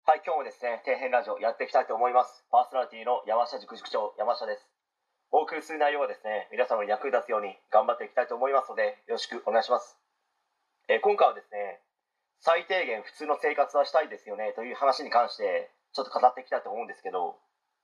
はい、今日もですね、底辺ラジオやっていきたいと思います。パーソナリティの山下塾塾長、山下です。お送りする内容はですね、皆様に役に立つように頑張っていきたいと思いますので、よろしくお願いします。今回はですね、最低限普通の生活はしたいですよねという話に関して、ちょっと語っていきたいと思うんですけど、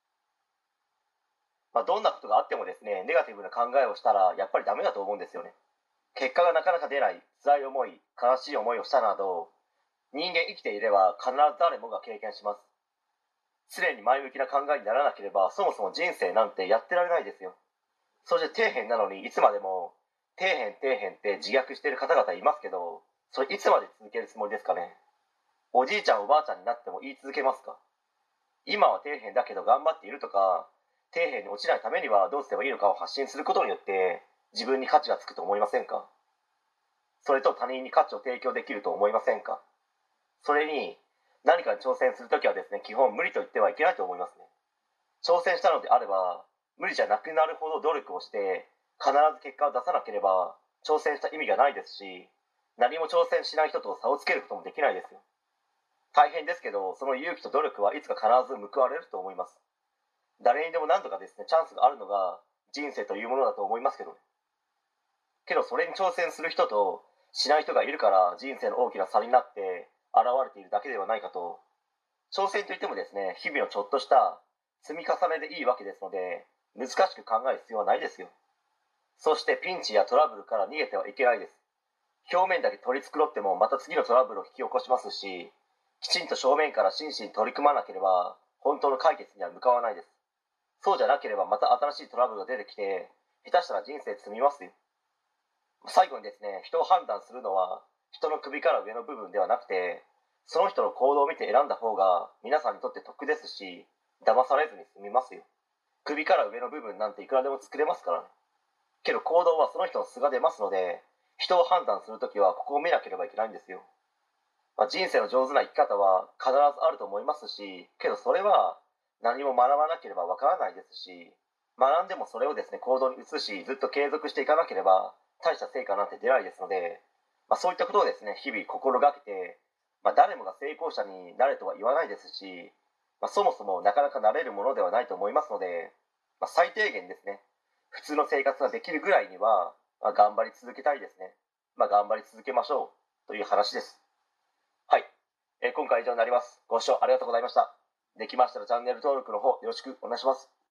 どんなことがあってもですね、ネガティブな考えをしたら、やっぱりダメだと思うんですよね。結果がなかなか出ない、辛い思い、悲しい思いをしたなど、人間生きていれば必ず誰もが経験します。常に前向きな考えにならなければ、そもそも人生なんてやってられないですよ。そして底辺なのにいつまでも底辺底辺って自虐している方々いますけど、それいつまで続けるつもりですかね。おじいちゃんおばあちゃんになっても言い続けますか。今は底辺だけど頑張っているとか、底辺に落ちないためにはどうすればいいのかを発信することによって自分に価値がつくと思いませんか。それと他人に価値を提供できると思いませんか。それに何かに挑戦するときはですね、基本無理と言ってはいけないと思いますね。挑戦したのであれば、無理じゃなくなるほど努力をして必ず結果を出さなければ挑戦した意味がないですし、何も挑戦しない人と差をつけることもできないですよ。大変ですけど、その勇気と努力はいつか必ず報われると思います。誰にでも何とかですね、チャンスがあるのが人生というものだと思いますけどね。けどそれに挑戦する人としない人がいるから人生の大きな差になって現れているだけではないかと。挑戦といってもですね、日々のちょっとした積み重ねでいいわけですので、難しく考える必要はないですよ。そしてピンチやトラブルから逃げてはいけないです。表面だけ取り繕ってもまた次のトラブルを引き起こしますし、きちんと正面から真摯に取り組まなければ本当の解決には向かわないです。そうじゃなければまた新しいトラブルが出てきて、下手したら人生積みますよ。最後にですね、人を判断するのは人の首から上の部分ではなくて、その人の行動を見て選んだ方が皆さんにとって得ですし、騙されずに済みますよ。首から上の部分なんていくらでも作れますからね。けど行動はその人の素が出ますので、人を判断するときはここを見なければいけないんですよ。人生の上手な生き方は必ずあると思いますし、けどそれは何も学ばなければわからないですし、学んでもそれをですね、行動に移し、ずっと継続していかなければ大した成果なんて出ないですので、そういったことをですね、日々心がけて、誰もが成功者になれとは言わないですし、そもそもなかなかなれるものではないと思いますので、最低限ですね、普通の生活ができるぐらいには、頑張り続けたいですね。頑張り続けましょうという話です。はい、今回は以上になります。ご視聴ありがとうございました。できましたらチャンネル登録の方よろしくお願いします。